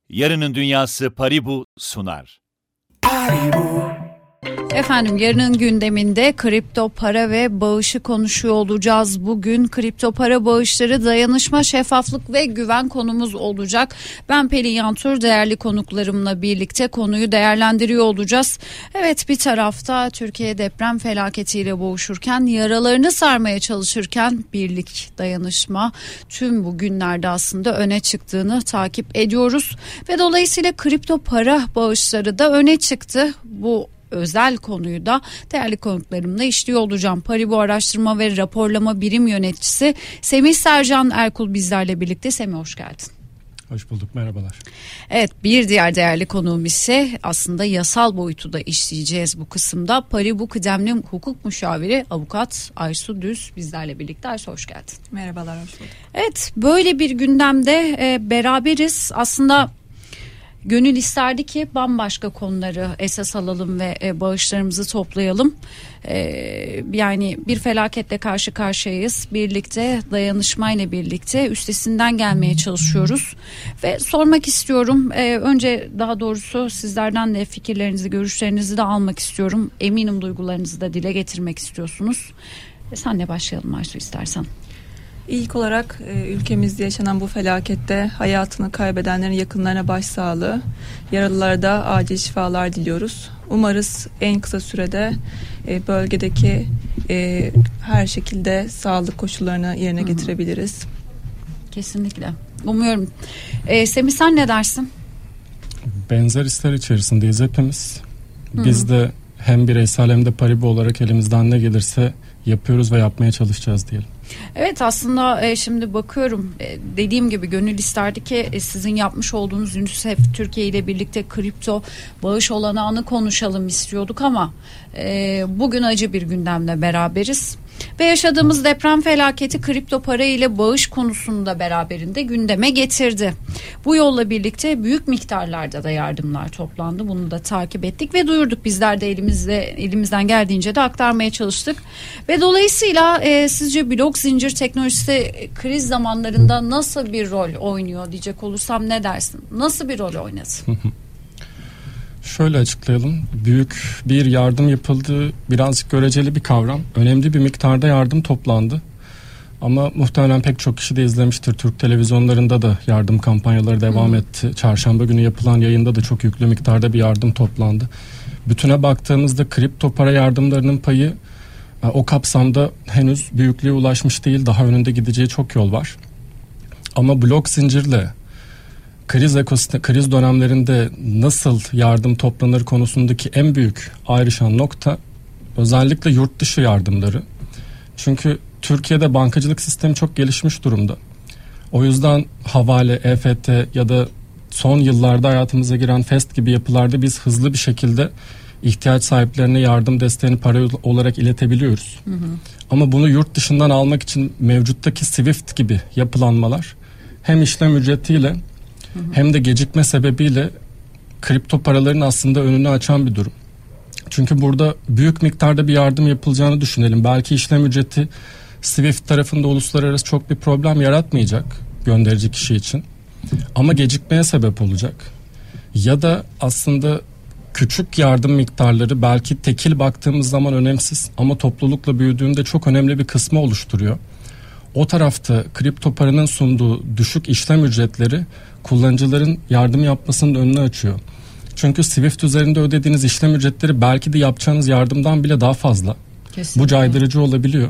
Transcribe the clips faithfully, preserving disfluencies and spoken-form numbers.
Yarının Dünyası Paribu sunar. Paribu. Efendim, yarının gündeminde kripto para ve bağışı konuşuyor olacağız. Bugün kripto para bağışları, dayanışma, şeffaflık ve güven konumuz olacak. Ben Pelin Yantur, değerli konuklarımla birlikte konuyu değerlendiriyor olacağız. Evet, bir tarafta Türkiye deprem felaketiyle boğuşurken, yaralarını sarmaya çalışırken birlik, dayanışma tüm bu günlerde aslında öne çıktığını takip ediyoruz. Ve dolayısıyla kripto para bağışları da öne çıktı. Bu özel konuyu da değerli konuklarımla işliyor olacağım. Paribu Araştırma ve Raporlama Birim Yöneticisi Semih Sercan Erkul bizlerle birlikte. Semih, hoş geldin. Hoş bulduk, merhabalar. Evet, bir diğer değerli konuğum ise aslında yasal boyutu da işleyeceğiz bu kısımda. Paribu Kıdemli Hukuk Müşaviri Avukat Aysu Düz bizlerle birlikte. Aysu, hoş geldin. Merhabalar, hoş bulduk. Evet, böyle bir gündemde e, beraberiz. Aslında gönül isterdi ki bambaşka konuları esas alalım ve e, bağışlarımızı toplayalım. E, yani bir felaketle karşı karşıyayız. Birlikte, dayanışmayla birlikte üstesinden gelmeye çalışıyoruz. Ve sormak istiyorum. E, önce daha doğrusu sizlerden de fikirlerinizi, görüşlerinizi de almak istiyorum. Eminim duygularınızı da dile getirmek istiyorsunuz. E, senle başlayalım Aysu, istersen. İlk olarak e, ülkemizde yaşanan bu felakette hayatını kaybedenlerin yakınlarına başsağlığı, yaralılara da acil şifalar diliyoruz. Umarız en kısa sürede e, bölgedeki e, her şekilde sağlık koşullarını yerine Hı-hı. getirebiliriz. Kesinlikle. Umuyorum. E, Semih, sen ne dersin? Benzer hisler içerisindeyiz hepimiz. Biz Hı-hı. de hem bireysel hem de Paribu olarak elimizden ne gelirse yapıyoruz ve yapmaya çalışacağız diyelim. Evet, aslında e, şimdi bakıyorum e, dediğim gibi gönül isterdi ki e, sizin yapmış olduğunuz UNICEF Türkiye ile birlikte kripto bağış olanağını konuşalım istiyorduk ama e, bugün acı bir gündemle beraberiz. Ve yaşadığımız deprem felaketi kripto para ile bağış konusunu da beraberinde gündeme getirdi. Bu yolla birlikte büyük miktarlarda da yardımlar toplandı. Bunu da takip ettik ve duyurduk. Bizler de elimizde elimizden geldiğince de aktarmaya çalıştık. Ve dolayısıyla e, sizce blok zincir teknolojisi kriz zamanlarında nasıl bir rol oynuyor diyecek olursam ne dersin? Nasıl bir rol oynadı? Şöyle açıklayalım. Büyük bir yardım yapıldığı birazcık göreceli bir kavram. Önemli bir miktarda yardım toplandı. Ama muhtemelen pek çok kişi de izlemiştir. Türk televizyonlarında da yardım kampanyaları devam hmm. etti. Çarşamba günü yapılan yayında da çok yüklü miktarda bir yardım toplandı. Bütüne baktığımızda kripto para yardımlarının payı o kapsamda henüz büyüklüğe ulaşmış değil. Daha önünde gideceği çok yol var. Ama blok zincirle kriz ekosistem, kriz dönemlerinde nasıl yardım toplanır konusundaki en büyük ayrışan nokta özellikle yurt dışı yardımları. Çünkü Türkiye'de bankacılık sistemi çok gelişmiş durumda. O yüzden havale, E F T ya da son yıllarda hayatımıza giren FEST gibi yapılarda biz hızlı bir şekilde ihtiyaç sahiplerine yardım desteğini para olarak iletebiliyoruz. Hı hı. Ama bunu yurt dışından almak için mevcuttaki SWIFT gibi yapılanmalar hem işlem ücretiyle Hı hı. hem de gecikme sebebiyle kripto paraların aslında önünü açan bir durum. Çünkü burada büyük miktarda bir yardım yapılacağını düşünelim. Belki işlem ücreti SWIFT tarafında uluslararası çok bir problem yaratmayacak gönderici kişi için. Ama gecikmeye sebep olacak. Ya da aslında küçük yardım miktarları belki tekil baktığımız zaman önemsiz ama toplulukla büyüdüğünde çok önemli bir kısmı oluşturuyor. O tarafta kripto paranın sunduğu düşük işlem ücretleri kullanıcıların yardım yapmasının önünü açıyor. Çünkü SWIFT üzerinde ödediğiniz işlem ücretleri belki de yapacağınız yardımdan bile daha fazla. Kesinlikle. Bu caydırıcı olabiliyor.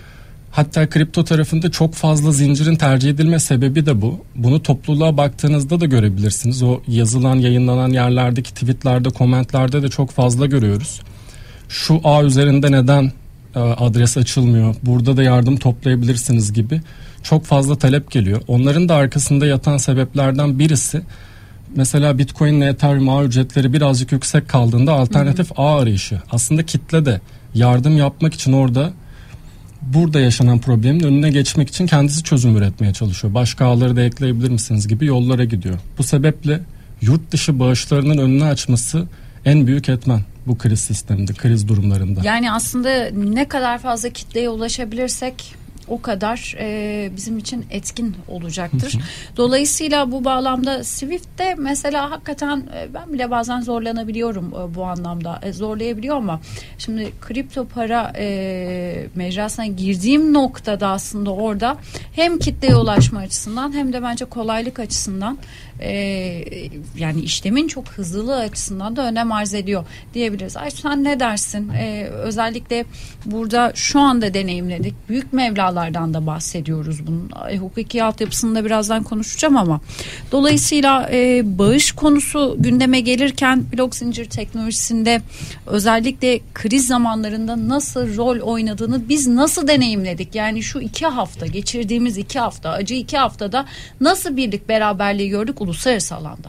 Hatta kripto tarafında çok fazla zincirin tercih edilme sebebi de bu. Bunu topluluğa baktığınızda da görebilirsiniz. O yazılan, yayınlanan yerlerdeki tweetlerde, komentlerde de çok fazla görüyoruz. Şu ağ üzerinde neden adres açılmıyor, burada da yardım toplayabilirsiniz gibi çok fazla talep geliyor. Onların da arkasında yatan sebeplerden birisi mesela Bitcoin ile Ethereum ağ ücretleri birazcık yüksek kaldığında alternatif hı hı. ağ arayışı. Aslında kitle de yardım yapmak için orada burada yaşanan problemin önüne geçmek için kendisi çözüm üretmeye çalışıyor. Başka ağları da ekleyebilir misiniz gibi yollara gidiyor. Bu sebeple yurt dışı bağışlarının önünü açması en büyük etmen bu kriz sisteminde, kriz durumlarında. Yani aslında ne kadar fazla kitleye ulaşabilirsek o kadar e, bizim için etkin olacaktır. Dolayısıyla bu bağlamda Swift'te mesela hakikaten e, ben bile bazen zorlanabiliyorum e, bu anlamda. E, zorlayabiliyor ama şimdi kripto para e, mecrasına girdiğim noktada aslında orada hem kitleye ulaşma açısından hem de bence kolaylık açısından e, yani işlemin çok hızlılığı açısından da önem arz ediyor diyebiliriz. Ay sen ne dersin? E, özellikle burada şu anda deneyimledik. Büyük mevlalardan da bahsediyoruz bunun. E, hukuki altyapısını da birazdan konuşacağım ama dolayısıyla e, bağış konusu gündeme gelirken blok zincir teknolojisinde özellikle kriz zamanlarında nasıl rol oynadığını biz nasıl deneyimledik? Yani şu iki hafta geçirdiğimiz iki hafta acı iki haftada nasıl birlik beraberliği gördük uluslararası alanda?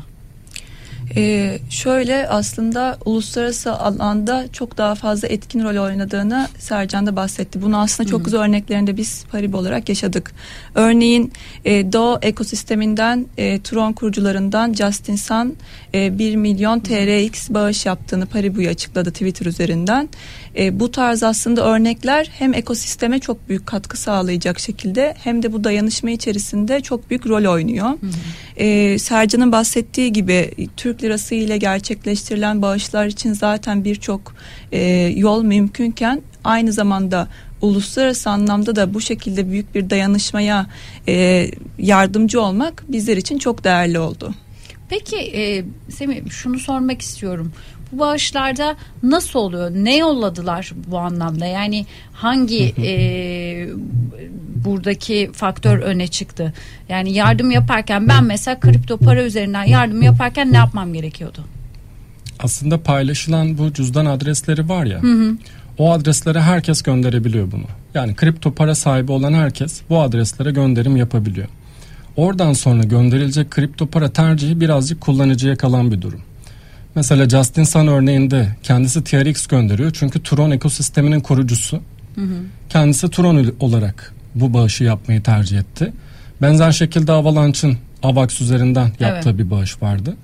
Ee, şöyle aslında uluslararası alanda çok daha fazla etkin rol oynadığını Sercan da bahsetti. Bunu aslında çok güzel örneklerinde biz Paribu olarak yaşadık. Örneğin e, Doğu ekosisteminden e, Tron kurucularından Justin Sun e, bir milyon T R X bağış yaptığını Paribu'ya açıkladı Twitter üzerinden. E, bu tarz aslında örnekler hem ekosisteme çok büyük katkı sağlayacak şekilde hem de bu dayanışma içerisinde çok büyük rol oynuyor. Hı hı. E, Sercan'ın bahsettiği gibi Türk lirası ile gerçekleştirilen bağışlar için zaten birçok e, yol mümkünken aynı zamanda uluslararası anlamda da bu şekilde büyük bir dayanışmaya e, yardımcı olmak bizler için çok değerli oldu. Peki e, Semih şunu sormak istiyorum. Bu bağışlarda nasıl oluyor? Ne yolladılar bu anlamda? Yani hangi e, buradaki faktör öne çıktı? Yani yardım yaparken ben mesela kripto para üzerinden yardım yaparken ne yapmam gerekiyordu? Aslında paylaşılan bu cüzdan adresleri var ya. Hı hı. O adreslere herkes gönderebiliyor bunu. Yani kripto para sahibi olan herkes bu adreslere gönderim yapabiliyor. Oradan sonra gönderilecek kripto para tercihi birazcık kullanıcıya kalan bir durum. Mesela Justin Sun örneğinde kendisi T R X gönderiyor çünkü Tron ekosisteminin kurucusu. Hı hı. Kendisi Tron olarak bu bağışı yapmayı tercih etti. Benzer şekilde Avalanche'ın Avax üzerinden yaptığı evet. bir bağış vardı.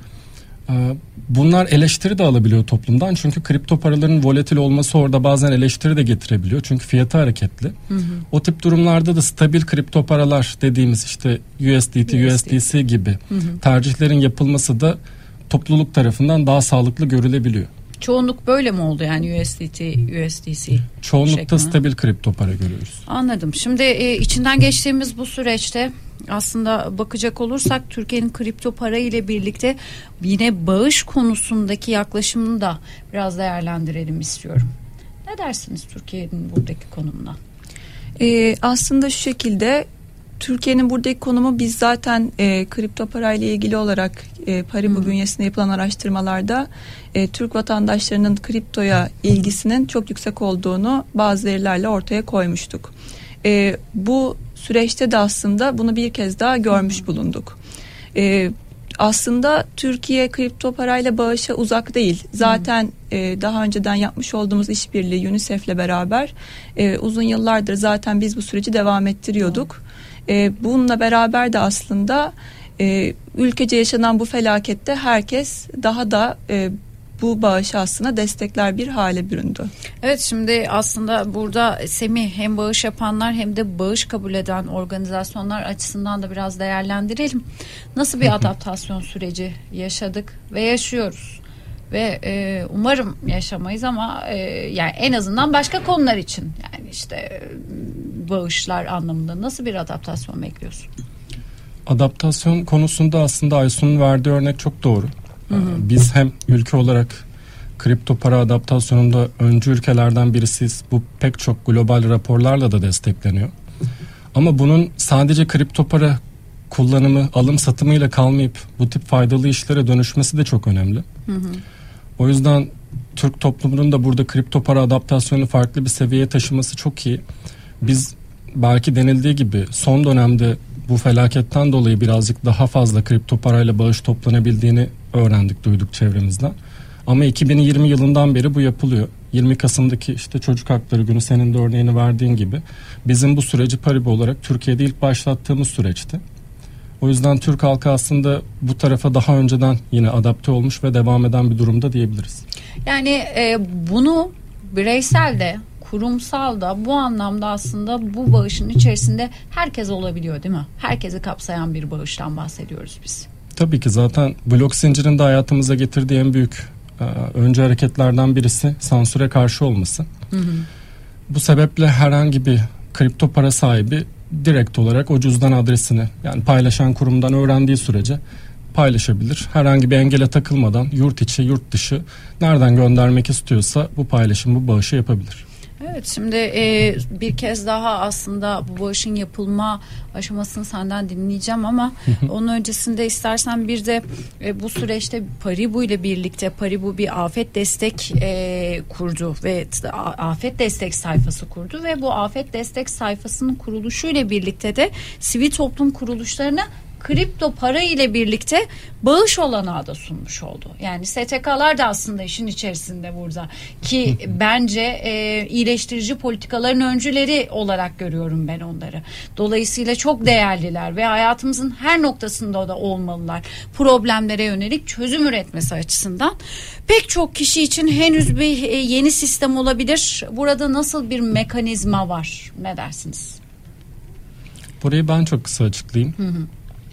Bunlar eleştiri de alabiliyor toplumdan çünkü kripto paraların volatil olması orada bazen eleştiri de getirebiliyor çünkü fiyatı hareketli. Hı hı. O tip durumlarda da stabil kripto paralar dediğimiz işte U S D T, U S D C gibi hı hı. tercihlerin yapılması da topluluk tarafından daha sağlıklı görülebiliyor. Çoğunluk böyle mi oldu yani U S D T, U S D C? Çoğunlukta şeklinde. Stabil kripto para görüyoruz. Anladım. Şimdi e, içinden geçtiğimiz bu süreçte aslında bakacak olursak Türkiye'nin kripto para ile birlikte yine bağış konusundaki yaklaşımını da biraz değerlendirelim istiyorum. Ne dersiniz Türkiye'nin buradaki konumuna? Ee, aslında şu şekilde Türkiye'nin buradaki konumu biz zaten e, kripto parayla ilgili olarak e, Paribu bünyesinde yapılan araştırmalarda e, Türk vatandaşlarının kriptoya ilgisinin çok yüksek olduğunu bazı verilerle ortaya koymuştuk. E, bu süreçte de aslında bunu bir kez daha görmüş bulunduk. E, aslında Türkiye kripto parayla bağışa uzak değil. Zaten e, daha önceden yapmış olduğumuz işbirliği UNICEF'le beraber e, uzun yıllardır zaten biz bu süreci devam ettiriyorduk. E, bununla beraber de aslında e, ülkece yaşanan bu felakette herkes daha da e, bu bağışı aslında destekler bir hale büründü. Evet, şimdi aslında burada Semih hem bağış yapanlar hem de bağış kabul eden organizasyonlar açısından da biraz değerlendirelim. Nasıl bir adaptasyon süreci yaşadık ve yaşıyoruz? Ve e, umarım yaşamayız ama e, yani en azından başka konular için yani işte e, bağışlar anlamında nasıl bir adaptasyon bekliyorsun? Adaptasyon konusunda aslında Aysun'un verdiği örnek çok doğru. Hı hı. Biz hem ülke olarak kripto para adaptasyonunda öncü ülkelerden birisiyiz. Bu pek çok global raporlarla da destekleniyor. Ama bunun sadece kripto para kullanımı, alım satımıyla kalmayıp bu tip faydalı işlere dönüşmesi de çok önemli. Hı hı. O yüzden Türk toplumunun da burada kripto para adaptasyonu farklı bir seviyeye taşıması çok iyi. Biz belki denildiği gibi son dönemde bu felaketten dolayı birazcık daha fazla kripto parayla bağış toplanabildiğini öğrendik, duyduk çevremizden. Ama iki bin yirmi yılından beri bu yapılıyor. yirmi Kasım'daki işte Çocuk Hakları Günü senin de örneğini verdiğin gibi bizim bu süreci Paribu olarak Türkiye'de ilk başlattığımız süreçti. O yüzden Türk halkı aslında bu tarafa daha önceden yine adapte olmuş ve devam eden bir durumda diyebiliriz. Yani e, bunu bireysel de kurumsal da bu anlamda aslında bu bağışın içerisinde herkes olabiliyor değil mi? Herkesi kapsayan bir bağıştan bahsediyoruz biz. Tabii ki zaten blok zincirin de hayatımıza getirdiği en büyük e, önce hareketlerden birisi sansüre karşı olması. Hı hı. Bu sebeple herhangi bir kripto para sahibi direkt olarak o cüzdan adresini, yani paylaşan kurumdan öğrendiği sürece paylaşabilir. Herhangi bir engele takılmadan yurt içi, yurt dışı nereden göndermek istiyorsa bu paylaşım, bu bağışı yapabilir. Evet, şimdi e, bir kez daha aslında bu bağışın yapılma aşamasını senden dinleyeceğim ama onun öncesinde istersen bir de e, bu süreçte Paribu ile birlikte Paribu bir afet destek e, kurdu ve afet destek sayfası kurdu ve bu afet destek sayfasının kuruluşuyla birlikte de sivil toplum kuruluşlarına kripto para ile birlikte bağış olanağı da sunmuş oldu. Yani S T K'lar da aslında işin içerisinde burada ki bence e, iyileştirici politikaların öncüleri olarak görüyorum ben onları. Dolayısıyla çok değerliler ve hayatımızın her noktasında da olmalılar. Problemlere yönelik çözüm üretmesi açısından. Pek çok kişi için henüz bir e, yeni sistem olabilir. Burada nasıl bir mekanizma var? Ne dersiniz? Burayı ben çok kısa açıklayayım. Hı hı.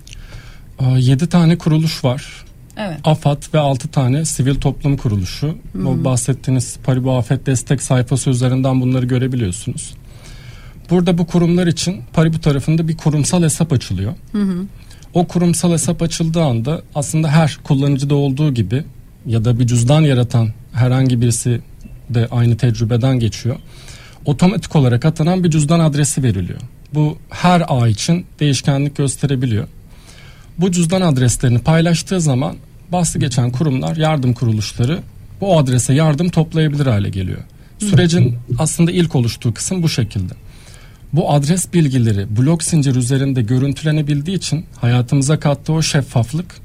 yedi tane kuruluş var. Evet. AFAD ve altı tane sivil toplum kuruluşu. Hmm. O bahsettiğiniz Paribu Afet Destek sayfası üzerinden bunları görebiliyorsunuz. Burada bu kurumlar için Paribu tarafında bir kurumsal hesap açılıyor. Hmm. O kurumsal hesap açıldığı anda aslında her kullanıcıda olduğu gibi ya da bir cüzdan yaratan herhangi birisi de aynı tecrübeden geçiyor. Otomatik olarak atanan bir cüzdan adresi veriliyor. Bu her ay için değişkenlik gösterebiliyor. Bu cüzdan adreslerini paylaştığı zaman bahsi geçen kurumlar, yardım kuruluşları bu adrese yardım toplayabilir hale geliyor. Sürecin aslında ilk oluştuğu kısım bu şekilde. Bu adres bilgileri blok zincir üzerinde görüntülenebildiği için hayatımıza kattığı o şeffaflık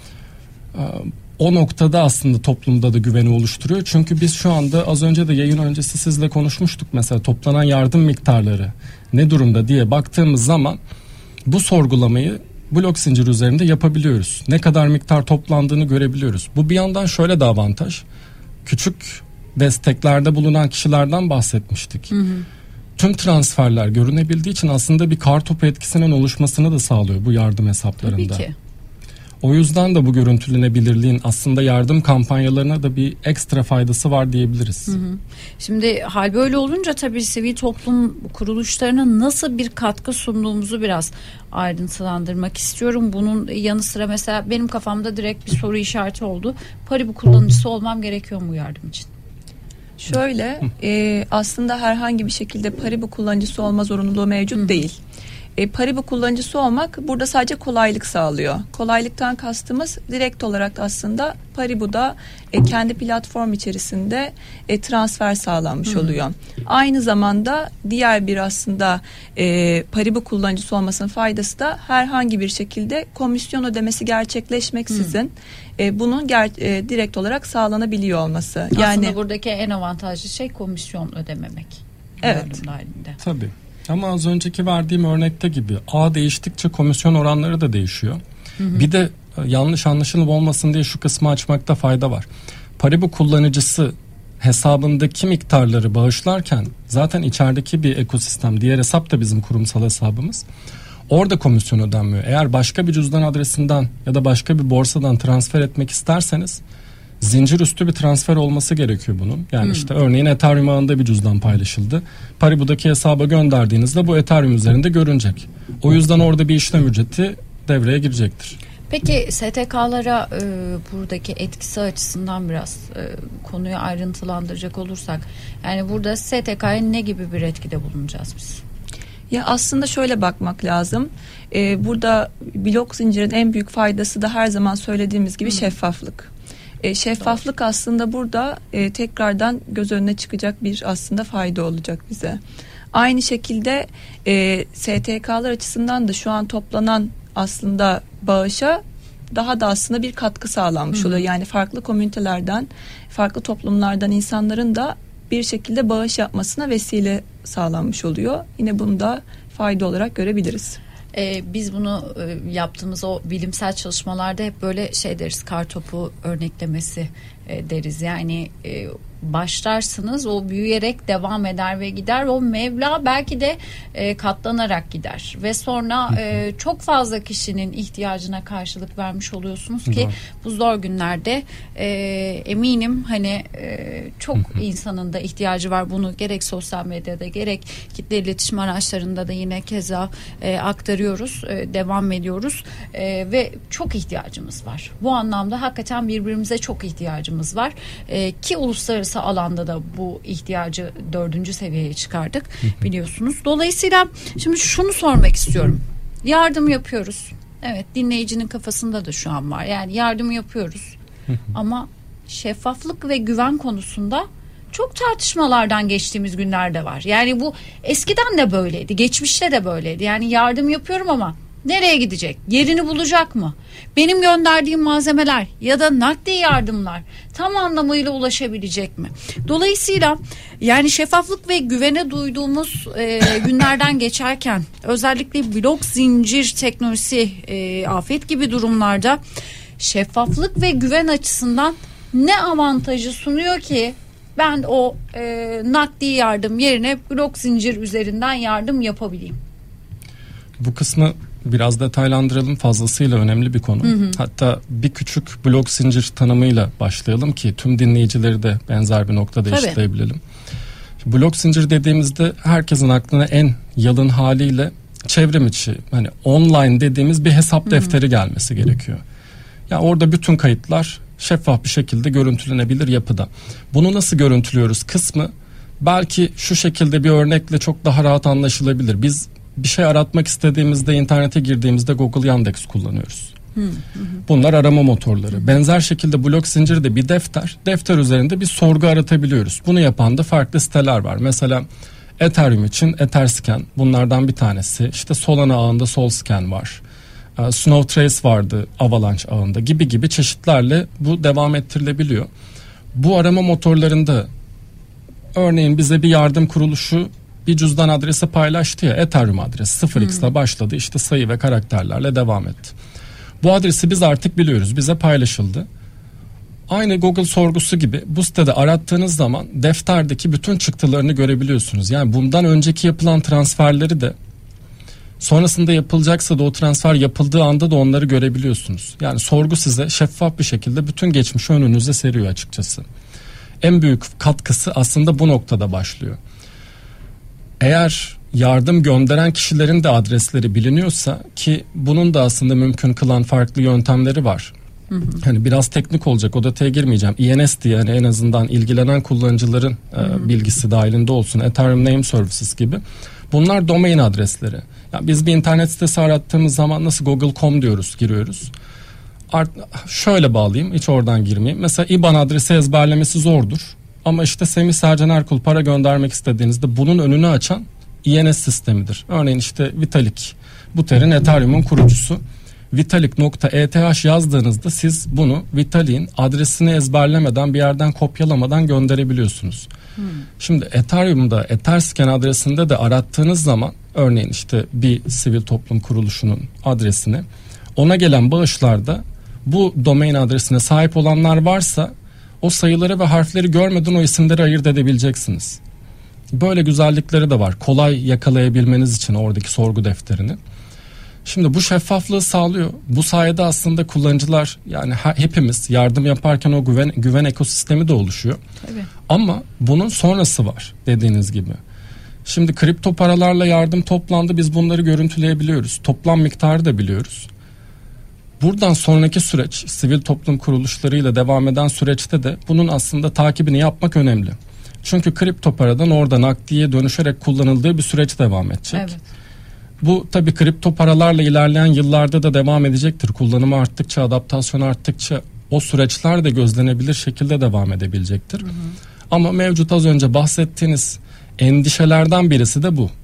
o noktada aslında toplumda da güveni oluşturuyor. Çünkü biz şu anda az önce de yayın öncesi sizle konuşmuştuk, mesela toplanan yardım miktarları ne durumda diye baktığımız zaman bu sorgulamayı blok zincir üzerinde yapabiliyoruz. Ne kadar miktar toplandığını görebiliyoruz. Bu bir yandan şöyle de avantaj. Küçük desteklerde bulunan kişilerden bahsetmiştik. Hı hı. Tüm transferler görünebildiği için aslında bir kartopu etkisinin oluşmasını da sağlıyor bu yardım hesaplarında. Tabii ki. O yüzden de bu görüntülenebilirliğin aslında yardım kampanyalarına da bir ekstra faydası var diyebiliriz. Hı hı. Şimdi hal böyle olunca tabii sivil toplum kuruluşlarına nasıl bir katkı sunduğumuzu biraz ayrıntılandırmak istiyorum. Bunun yanı sıra mesela benim kafamda direkt bir soru işareti oldu. Paribu kullanıcısı olmam gerekiyor mu yardım için? Şöyle e, aslında herhangi bir şekilde Paribu kullanıcısı olma zorunluluğu mevcut hı. değil. E, Paribu kullanıcısı olmak burada sadece kolaylık sağlıyor. Kolaylıktan kastımız direkt olarak aslında Paribu'da e, kendi platform içerisinde e, transfer sağlanmış Hı. oluyor. Aynı zamanda diğer bir aslında e, Paribu kullanıcısı olmasının faydası da herhangi bir şekilde komisyon ödemesi gerçekleşmeksizin e, bunun ger- e, direkt olarak sağlanabiliyor olması. Aslında yani buradaki en avantajlı şey komisyon ödememek. Evet. Tabii. Ama az önceki verdiğim örnekte gibi ağ değiştikçe komisyon oranları da değişiyor. Hı hı. Bir de yanlış anlaşılma olmasın diye şu kısmı açmakta fayda var. Paribu kullanıcısı hesabındaki miktarları bağışlarken zaten içerideki bir ekosistem, diğer hesap da bizim kurumsal hesabımız. Orada komisyon ödenmiyor. Eğer başka bir cüzdan adresinden ya da başka bir borsadan transfer etmek isterseniz zincir üstü bir transfer olması gerekiyor bunun. Yani hmm. işte örneğin Ethereum ağında bir cüzdan paylaşıldı. Paribu'daki hesaba gönderdiğinizde bu Ethereum üzerinde görünecek. O yüzden orada bir işlem ücreti devreye girecektir. Peki S T K'lara e, buradaki etkisi açısından biraz e, konuyu ayrıntılandıracak olursak, yani burada S T K'ya ne gibi bir etkide bulunacağız biz? Ya aslında şöyle bakmak lazım. Ee, burada blok zincirin en büyük faydası da her zaman söylediğimiz gibi hmm. şeffaflık. E, şeffaflık Doğru. aslında burada e, tekrardan göz önüne çıkacak bir aslında fayda olacak bize. Aynı şekilde e, S T K'lar açısından da şu an toplanan aslında bağışa daha da aslında bir katkı sağlanmış Hı. oluyor. Yani farklı komünitelerden, farklı toplumlardan insanların da bir şekilde bağış yapmasına vesile sağlanmış oluyor. Yine bunu da fayda olarak görebiliriz. Ee, biz bunu e, yaptığımız o bilimsel çalışmalarda hep böyle şey deriz, kartopu örneklemesi e, deriz. Yani e, başlarsınız, o büyüyerek devam eder ve gider. O meblağ belki de e, katlanarak gider ve sonra e, çok fazla kişinin ihtiyacına karşılık vermiş oluyorsunuz ki Doğru. bu zor günlerde e, eminim hani e, çok insanın da ihtiyacı var. Bunu gerek sosyal medyada gerek kitle iletişim araçlarında da yine keza e, aktarıyoruz, e, devam ediyoruz e, ve çok ihtiyacımız var. Bu anlamda hakikaten birbirimize çok ihtiyacımız var e, ki uluslararası alanda da bu ihtiyacı dördüncü seviyeye çıkardık biliyorsunuz. Dolayısıyla şimdi şunu sormak istiyorum. Yardım yapıyoruz. Evet, dinleyicinin kafasında da şu an var. Yani yardım yapıyoruz. Ama şeffaflık ve güven konusunda çok tartışmalardan geçtiğimiz günler de var. Yani bu eskiden de böyleydi. Geçmişte de böyleydi. Yani yardım yapıyorum ama nereye gidecek? Yerini bulacak mı? Benim gönderdiğim malzemeler ya da nakdi yardımlar tam anlamıyla ulaşabilecek mi? Dolayısıyla yani şeffaflık ve güvene duyduğumuz e, günlerden geçerken özellikle blok zincir teknolojisi e, afet gibi durumlarda şeffaflık ve güven açısından ne avantajı sunuyor ki ben o e, nakdi yardım yerine blok zincir üzerinden yardım yapabileyim? Bu kısmı biraz detaylandıralım, fazlasıyla önemli bir konu. Hı hı. Hatta bir küçük blok zincir tanımıyla başlayalım ki tüm dinleyicileri de benzer bir noktada eşitleyebilelim. Blok zincir dediğimizde herkesin aklına en yalın haliyle çevrim içi, hani online dediğimiz bir hesap defteri hı hı. gelmesi gerekiyor. Yani orada bütün kayıtlar şeffaf bir şekilde görüntülenebilir yapıda. Bunu nasıl görüntülüyoruz kısmı belki şu şekilde bir örnekle çok daha rahat anlaşılabilir. Biz bir şey aratmak istediğimizde internete girdiğimizde Google Yandex kullanıyoruz. Hı hı. Bunlar arama motorları. Hı. Benzer şekilde blok zinciri de bir defter. Defter üzerinde bir sorgu aratabiliyoruz. Bunu yapan da farklı siteler var. Mesela Ethereum için Etherscan bunlardan bir tanesi. İşte Solana ağında Solscan var. Snowtrace vardı Avalanche ağında gibi gibi çeşitlerle bu devam ettirilebiliyor. Bu arama motorlarında örneğin bize bir yardım kuruluşu bir cüzdan adresi paylaştı ya, Ethereum adresi sıfır x ile başladı, işte sayı ve karakterlerle devam etti. Bu adresi biz artık biliyoruz, bize paylaşıldı. Aynı Google sorgusu gibi bu sitede arattığınız zaman defterdeki bütün çıktılarını görebiliyorsunuz. Yani bundan önceki yapılan transferleri de sonrasında yapılacaksa da o transfer yapıldığı anda da onları görebiliyorsunuz. Yani sorgu size şeffaf bir şekilde bütün geçmişi önünüze seriyor açıkçası. En büyük katkısı aslında bu noktada başlıyor. Eğer yardım gönderen kişilerin de adresleri biliniyorsa, ki bunun da aslında mümkün kılan farklı yöntemleri var. Hı hı. Hani biraz teknik olacak, o detaya girmeyeceğim. I N S diye, yani en azından ilgilenen kullanıcıların hı hı. E, bilgisi dahilinde olsun. Ethereum Name Services gibi. Bunlar domain adresleri. Yani biz bir internet sitesi arattığımız zaman nasıl google nokta com diyoruz, giriyoruz. Art, şöyle bağlayayım, hiç oradan girmeyeyim. Mesela I B A N adresi ezberlemesi zordur. Ama işte Semih Sercan Erkul para göndermek istediğinizde bunun önünü açan I N S sistemidir. Örneğin işte Vitalik, Buterin Ethereum'un kurucusu. vitalik nokta e t h yazdığınızda siz bunu Vitalik'in adresini ezberlemeden, bir yerden kopyalamadan gönderebiliyorsunuz. Hmm. Şimdi Ethereum'da Etherscan adresinde de arattığınız zaman örneğin işte bir sivil toplum kuruluşunun adresini, ona gelen bağışlarda bu domain adresine sahip olanlar varsa o sayıları ve harfleri görmeden o isimleri ayırt edebileceksiniz. Böyle güzellikleri de var. Kolay yakalayabilmeniz için oradaki sorgu defterini. Şimdi bu şeffaflığı sağlıyor. Bu sayede aslında kullanıcılar, yani hepimiz yardım yaparken o güven güven ekosistemi de oluşuyor. Tabii. Ama bunun sonrası var dediğiniz gibi. Şimdi kripto paralarla yardım toplandı. Biz bunları görüntüleyebiliyoruz. Toplam miktarı da biliyoruz. Buradan sonraki süreç, sivil toplum kuruluşlarıyla devam eden süreçte de bunun aslında takibini yapmak önemli. Çünkü kripto paradan orada nakdiye dönüşerek kullanıldığı bir süreç devam edecek. Evet. Bu tabii kripto paralarla ilerleyen yıllarda da devam edecektir. Kullanımı arttıkça, adaptasyonu arttıkça o süreçler de gözlenebilir şekilde devam edebilecektir. Hı hı. Ama mevcut az önce bahsettiğiniz endişelerden birisi de bu.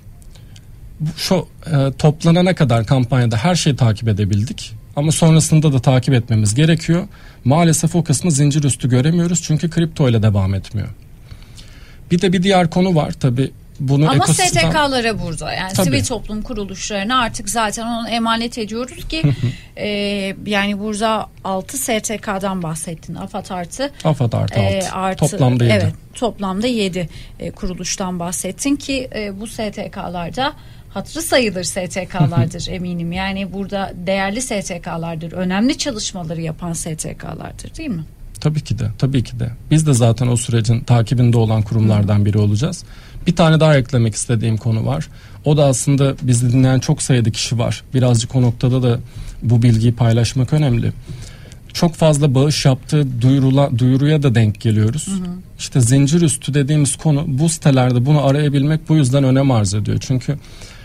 Şu e, toplanana kadar kampanyada her şeyi takip edebildik. Ama sonrasında da takip etmemiz gerekiyor. Maalesef o kısmı zincir üstü göremiyoruz çünkü kripto ile devam etmiyor. Bir de bir diğer konu var tabii. bunu ama ekosistem... S T K'lara burada yani Tabii. sivil toplum kuruluşlarına artık zaten onu emanet ediyoruz ki e, yani burada altı S T K'dan bahsettin. AFAD artı. AFAD artı e, altı. artı Toplamda yedi. Evet, toplamda yedi e, kuruluştan bahsettin ki e, bu S T K'larda hatırı sayılır S T K'lardır eminim. Yani burada değerli S T K'lardır. Önemli çalışmaları yapan S T K'lardır değil mi? Tabii ki de, tabii ki de. Biz de zaten o sürecin takibinde olan kurumlardan biri olacağız. Bir tane daha eklemek istediğim konu var. O da aslında bizi dinleyen çok sayıda kişi var. Birazcık o noktada da bu bilgiyi paylaşmak önemli. Çok fazla bağış yaptığı duyurula, duyuruya da denk geliyoruz. Hı hı. İşte zincir üstü dediğimiz konu, bu sitelerde bunu arayabilmek bu yüzden önem arz ediyor. Çünkü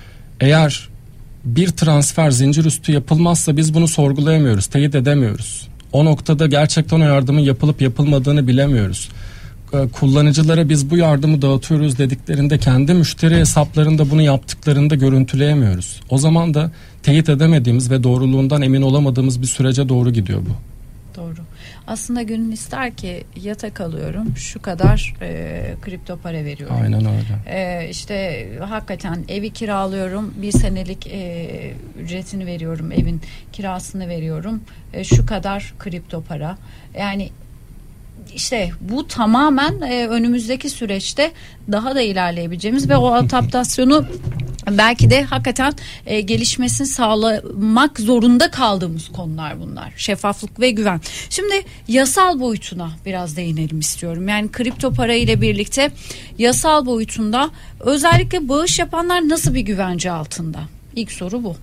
eğer bir transfer zincir üstü yapılmazsa biz bunu sorgulayamıyoruz, teyit edemiyoruz. O noktada gerçekten o yardımın yapılıp yapılmadığını bilemiyoruz. Kullanıcılara biz bu yardımı dağıtıyoruz dediklerinde kendi müşteri hesaplarında bunu yaptıklarında görüntüleyemiyoruz. O zaman da teyit edemediğimiz ve doğruluğundan emin olamadığımız bir sürece doğru gidiyor bu. Doğru. Aslında gönül ister ki yatak alıyorum, şu kadar e, kripto para veriyorum. Aynen öyle. E, işte hakikaten evi kiralıyorum, bir senelik e, ücretini veriyorum, evin kirasını veriyorum, e, şu kadar kripto para. Yani İşte bu tamamen e, önümüzdeki süreçte daha da ilerleyebileceğimiz ve o adaptasyonu belki de hakikaten e, gelişmesini sağlamak zorunda kaldığımız konular bunlar. Şeffaflık ve güven. Şimdi yasal boyutuna biraz değinelim istiyorum. Yani kripto para ile birlikte yasal boyutunda özellikle bağış yapanlar nasıl bir güvence altında? İlk soru bu.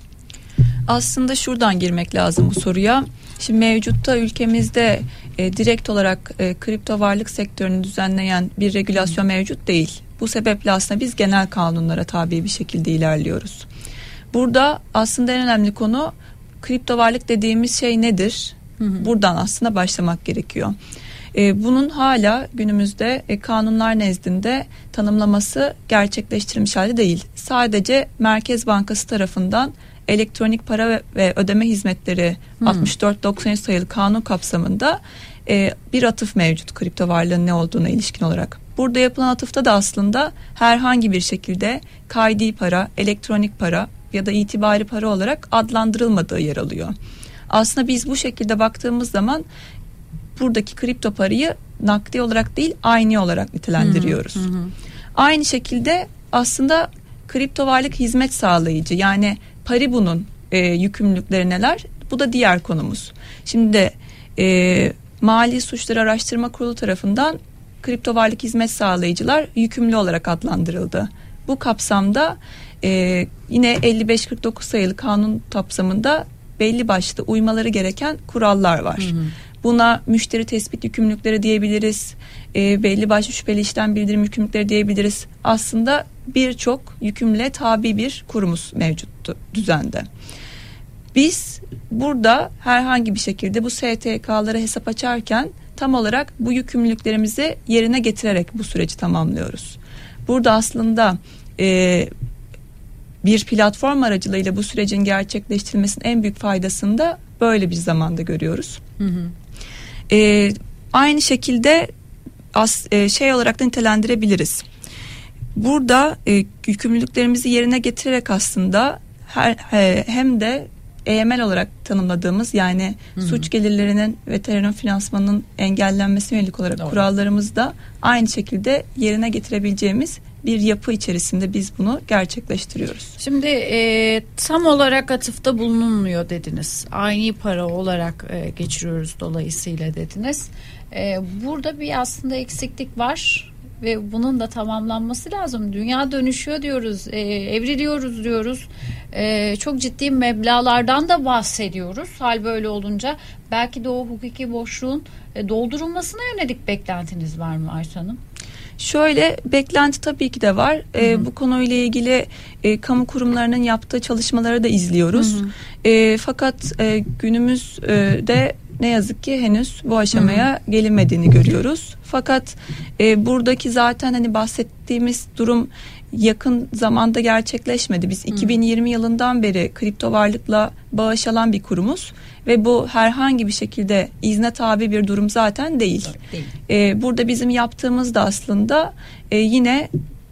Aslında şuradan girmek lazım bu soruya. Şimdi mevcutta ülkemizde e, direkt olarak e, kripto varlık sektörünü düzenleyen bir regülasyon mevcut değil. Bu sebeple aslında biz genel kanunlara tabi bir şekilde ilerliyoruz. Burada aslında en önemli konu kripto varlık dediğimiz şey nedir? Hı hı. Buradan aslında başlamak gerekiyor. E, bunun hala günümüzde e, kanunlar nezdinde tanımlaması gerçekleştirilmiş halde değil. Sadece Merkez Bankası tarafından elektronik para ve, ve ödeme hizmetleri hmm. altmış dört doksan üç sayılı kanun kapsamında e, bir atıf mevcut kripto varlığın ne olduğuna ilişkin olarak. Burada yapılan atıfta da aslında herhangi bir şekilde kaydi para, elektronik para ya da itibari para olarak adlandırılmadığı yer alıyor. Aslında biz bu şekilde baktığımız zaman buradaki kripto parayı nakdi olarak değil ayni olarak nitelendiriyoruz. Hmm. Hmm. Aynı şekilde aslında kripto varlık hizmet sağlayıcı, yani Paribu'nun e, yükümlülükleri neler? Bu da diğer konumuz. Şimdi e, Mali Suçları Araştırma Kurulu tarafından kripto varlık hizmet sağlayıcılar yükümlü olarak adlandırıldı. Bu kapsamda e, yine elli beş kırk dokuz sayılı kanun kapsamında belli başlı uymaları gereken kurallar var. Hı hı. Buna müşteri tespit yükümlülükleri diyebiliriz, e, belli başlı şüpheli işlem bildirim yükümlülükleri diyebiliriz. Aslında birçok yükümlülüğe tabi bir kurumuz mevcuttu düzende. Biz burada herhangi bir şekilde bu S T K'lara hesap açarken tam olarak bu yükümlülüklerimizi yerine getirerek bu süreci tamamlıyoruz. Burada aslında e, bir platform aracılığıyla bu sürecin gerçekleştirilmesinin en büyük faydasını da böyle bir zamanda görüyoruz. Hı hı. E, aynı şekilde as, e, şey olarak da nitelendirebiliriz. Burada e, yükümlülüklerimizi yerine getirerek aslında her, he, hem de E M L olarak tanımladığımız, yani hı hı. suç gelirlerinin ve terörün finansmanının engellenmesine yönelik olarak Doğru. kurallarımızı da aynı şekilde yerine getirebileceğimiz bir yapı içerisinde biz bunu gerçekleştiriyoruz. Şimdi e, tam olarak atıfta bulunmuyor dediniz. Aynı para olarak e, geçiriyoruz dolayısıyla dediniz. E, burada bir aslında eksiklik var ve bunun da tamamlanması lazım. Dünya dönüşüyor diyoruz, e, evriliyoruz diyoruz. E, çok ciddi meblağlardan da bahsediyoruz. Hal böyle olunca belki de o hukuki boşluğun e, doldurulmasına yönelik beklentiniz var mı Ayşe Hanım? Şöyle, beklenti tabii ki de var. E, bu konuyla ilgili e, kamu kurumlarının yaptığı çalışmaları da izliyoruz. Hı hı. E, fakat e, günümüzde ne yazık ki henüz bu aşamaya hı hı. gelinmediğini görüyoruz. Fakat e, buradaki zaten hani bahsettiğimiz durum yakın zamanda gerçekleşmedi. Biz hı. iki bin yirmi yılından beri kripto varlıkla bağış alan bir kurumuz ve bu herhangi bir şekilde izne tabi bir durum zaten değil. değil. E, burada bizim yaptığımız da aslında e, yine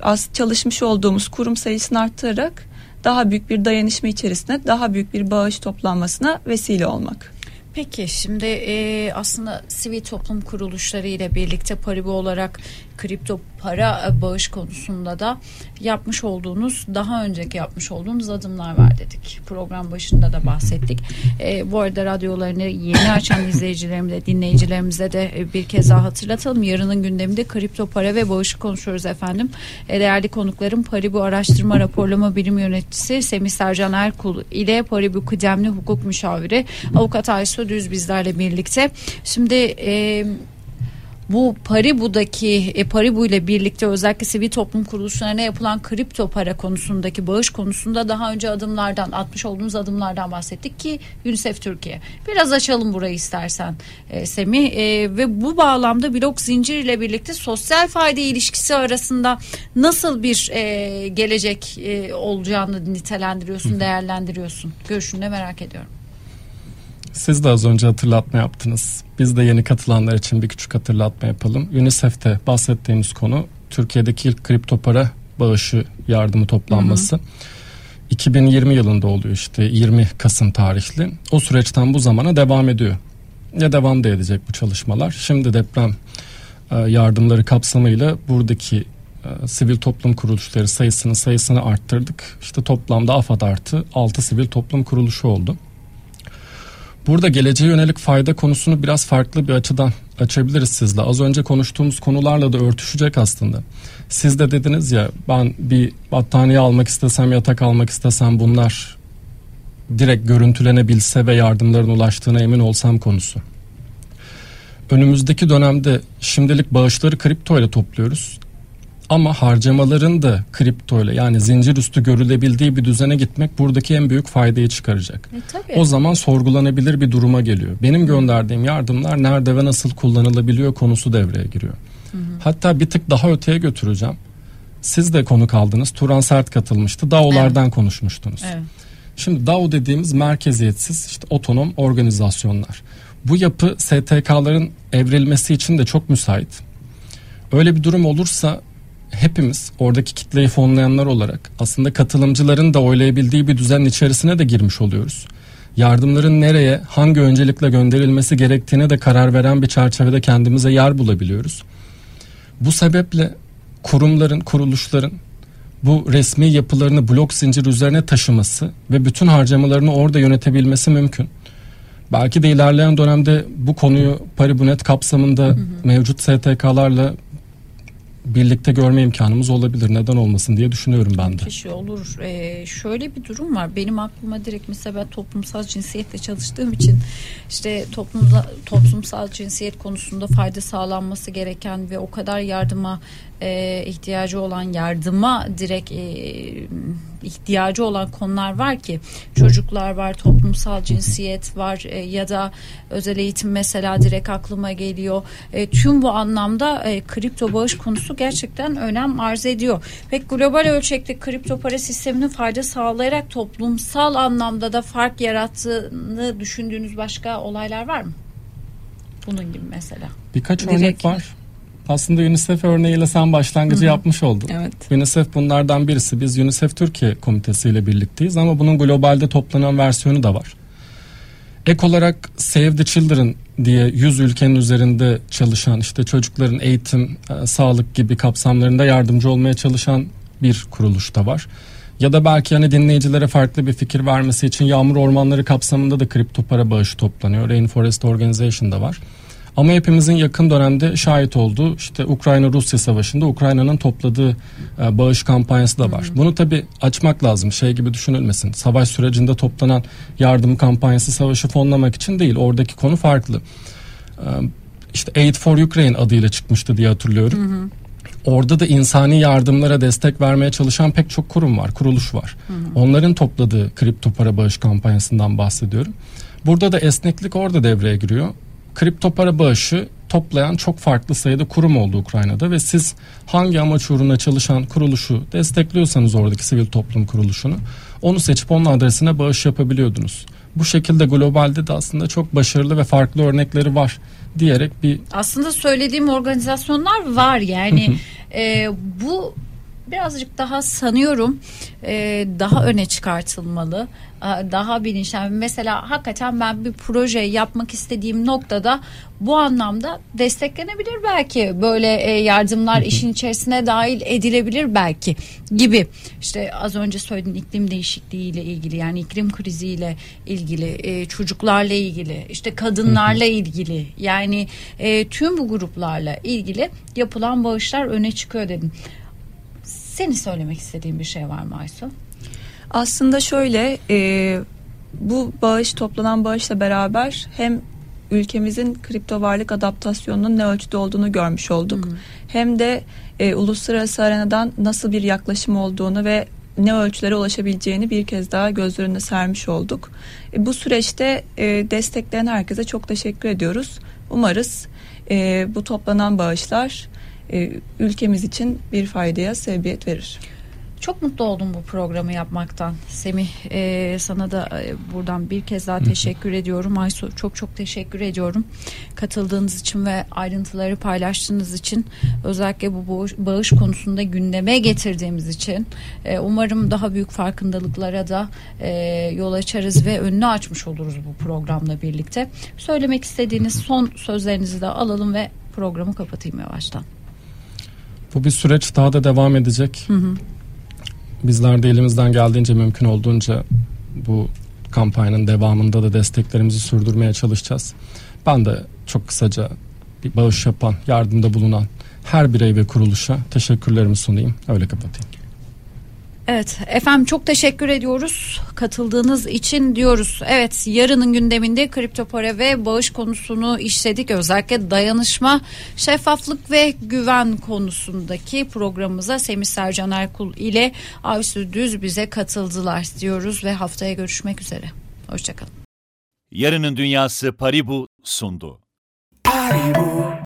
az çalışmış olduğumuz kurum sayısını arttırarak daha büyük bir dayanışma içerisinde daha büyük bir bağış toplanmasına vesile olmak. Peki şimdi e, aslında sivil toplum kuruluşları ile birlikte Paribu olarak kripto para bağış konusunda da yapmış olduğunuz, daha önceki yapmış olduğunuz adımlar var dedik. Program başında da bahsettik. E, bu arada radyolarını yeni açan izleyicilerimize, dinleyicilerimize de bir kez daha hatırlatalım. Yarının gündeminde kripto para ve bağışı konuşuyoruz efendim. E, değerli konuklarım Paribu Araştırma Raporlama Birim Yöneticisi Semih Sercan Erkul ile Paribu Kıdemli Hukuk Müşaviri Avukat Aysu Düz bizlerle birlikte. Şimdi e, bu Paribu'daki e, Paribu ile birlikte özellikle sivil toplum kuruluşlarına yapılan kripto para konusundaki bağış konusunda daha önce adımlardan, atmış olduğumuz adımlardan bahsettik ki UNICEF Türkiye. Biraz açalım burayı istersen e, Semih e, ve bu bağlamda blok zincir ile birlikte sosyal fayda ilişkisi arasında nasıl bir e, gelecek e, olacağını nitelendiriyorsun, değerlendiriyorsun? Görüşünü de merak ediyorum. Siz de az önce hatırlatma yaptınız. Biz de yeni katılanlar için bir küçük hatırlatma yapalım. UNICEF'te bahsettiğimiz konu Türkiye'deki ilk kripto para bağışı yardımı toplanması. Hı hı. iki bin yirmi yılında oluyor işte, yirmi Kasım tarihli. O süreçten bu zamana devam ediyor. Ya devam da edecek bu çalışmalar. Şimdi deprem yardımları kapsamıyla buradaki sivil toplum kuruluşları sayısını sayısını arttırdık. İşte toplamda AFAD artı altı sivil toplum kuruluşu oldu. Burada geleceğe yönelik fayda konusunu biraz farklı bir açıdan açabiliriz sizle. Az önce konuştuğumuz konularla da örtüşecek aslında. Siz de dediniz ya, ben bir battaniye almak istesem, yatak almak istesem bunlar direkt görüntülenebilse ve yardımların ulaştığına emin olsam konusu. Önümüzdeki dönemde şimdilik bağışları kripto ile topluyoruz. Ama harcamaların da kripto ile, yani zincir üstü görülebildiği bir düzene gitmek buradaki en büyük faydayı çıkaracak. E, o zaman sorgulanabilir bir duruma geliyor. Benim gönderdiğim yardımlar nerede ve nasıl kullanılabiliyor konusu devreye giriyor. Hı hı. Hatta bir tık daha öteye götüreceğim. Siz de konuk aldınız. Turan Sert katılmıştı. D A O'lardan evet. konuşmuştunuz. Evet. Şimdi D A O dediğimiz merkeziyetsiz işte otonom organizasyonlar. Bu yapı S T K'ların evrilmesi için de çok müsait. Öyle bir durum olursa hepimiz oradaki kitleyi fonlayanlar olarak aslında katılımcıların da oylayabildiği bir düzenin içerisine de girmiş oluyoruz. Yardımların nereye, hangi öncelikle gönderilmesi gerektiğine de karar veren bir çerçevede kendimize yer bulabiliyoruz. Bu sebeple kurumların, kuruluşların bu resmi yapılarını blok zincir üzerine taşıması ve bütün harcamalarını orada yönetebilmesi mümkün. Belki de ilerleyen dönemde bu konuyu Paribunet kapsamında hı hı. mevcut S T K'larla birlikte görme imkanımız olabilir. Neden olmasın diye düşünüyorum ben de. Kişi olur. Ee, şöyle bir durum var. Benim aklıma direkt mesela ben toplumsal cinsiyetle çalıştığım için işte toplumda, toplumsal cinsiyet konusunda fayda sağlanması gereken ve o kadar yardıma e, ihtiyacı olan yardıma direkt e, ihtiyacı olan konular var ki, çocuklar var, toplumsal cinsiyet var e, ya da özel eğitim mesela direkt aklıma geliyor. E, tüm bu anlamda e, kripto bağış konusu gerçekten önem arz ediyor. Peki global ölçekte kripto para sisteminin fayda sağlayarak toplumsal anlamda da fark yarattığını düşündüğünüz başka olaylar var mı? Bunun gibi mesela. Birkaç direkt örnek var. Aslında UNICEF örneğiyle sen başlangıcı Hı-hı. yapmış oldun. Evet. UNICEF bunlardan birisi. Biz UNICEF Türkiye komitesiyle birlikteyiz ama bunun globalde toplanan versiyonu da var. Ek olarak Save the Children diye yüz ülkenin üzerinde çalışan, işte çocukların eğitim, e, sağlık gibi kapsamlarında yardımcı olmaya çalışan bir kuruluş da var. Ya da belki hani dinleyicilere farklı bir fikir vermesi için Yağmur Ormanları kapsamında da kripto para bağışı toplanıyor. Rainforest Organization da var. Ama hepimizin yakın dönemde şahit olduğu işte Ukrayna-Rusya savaşında Ukrayna'nın topladığı e, bağış kampanyası da var. Hı hı. Bunu tabii açmak lazım. Şey gibi düşünülmesin. Savaş sürecinde toplanan yardım kampanyası savaşı fonlamak için değil. Oradaki konu farklı. E, işte Aid for Ukraine adıyla çıkmıştı diye hatırlıyorum. Hı hı. Orada da insani yardımlara destek vermeye çalışan pek çok kurum var, kuruluş var. Hı hı. Onların topladığı kripto para bağış kampanyasından bahsediyorum. Burada da esneklik orada devreye giriyor. Kripto para bağışı toplayan çok farklı sayıda kurum oldu Ukrayna'da ve siz hangi amaç uğruna çalışan kuruluşu destekliyorsanız, oradaki sivil toplum kuruluşunu, onu seçip onun adresine bağış yapabiliyordunuz. Bu şekilde globalde de aslında çok başarılı ve farklı örnekleri var diyerek bir... Aslında söylediğim organizasyonlar var yani e, bu birazcık daha sanıyorum e, daha öne çıkartılmalı. Daha bilinçlenme. Mesela hakikaten ben bir proje yapmak istediğim noktada bu anlamda desteklenebilir belki. Böyle e, yardımlar işin içerisine dahil edilebilir belki gibi. İşte az önce söylediğim iklim değişikliğiyle ilgili, yani iklim kriziyle ilgili, e, çocuklarla ilgili, işte kadınlarla ilgili, yani e, tüm bu gruplarla ilgili yapılan bağışlar öne çıkıyor dedim. Senin söylemek istediğin bir şey var mı Aysu? Aslında şöyle, e, bu bağış, toplanan bağışla beraber hem ülkemizin kripto varlık adaptasyonunun ne ölçüde olduğunu görmüş olduk. Hmm. Hem de e, uluslararası arenadan nasıl bir yaklaşım olduğunu ve ne ölçülere ulaşabileceğini bir kez daha göz önüne sermiş olduk. E, bu süreçte e, destekleyen herkese çok teşekkür ediyoruz. Umarız e, bu toplanan bağışlar e, ülkemiz için bir faydaya sebebiyet verir. Çok mutlu oldum bu programı yapmaktan. Semih, e, sana da e, buradan bir kez daha teşekkür ediyorum. Aysu, çok çok teşekkür ediyorum. Katıldığınız için ve ayrıntıları paylaştığınız için, özellikle bu bağış, bağış konusunda gündeme getirdiğimiz için e, umarım daha büyük farkındalıklara da e, yol açarız ve önünü açmış oluruz bu programla birlikte. Söylemek istediğiniz son sözlerinizi de alalım ve programı kapatayım yavaştan. Bu bir süreç, daha da devam edecek. Hı hı. Bizler de elimizden geldiğince, mümkün olduğunca bu kampanyanın devamında da desteklerimizi sürdürmeye çalışacağız. Ben de çok kısaca bir bağış yapan, yardımda bulunan her birey ve kuruluşa teşekkürlerimi sunayım. Öyle kapatayım. Evet efendim, çok teşekkür ediyoruz katıldığınız için diyoruz. Evet, yarının gündeminde kripto para ve bağış konusunu işledik. Özellikle dayanışma, şeffaflık ve güven konusundaki programımıza Semih Sercan Erkul ile Aysu Düz bize katıldılar diyoruz ve haftaya görüşmek üzere. Hoşçakalın. Yarının Dünyası Paribu sundu. Paribu.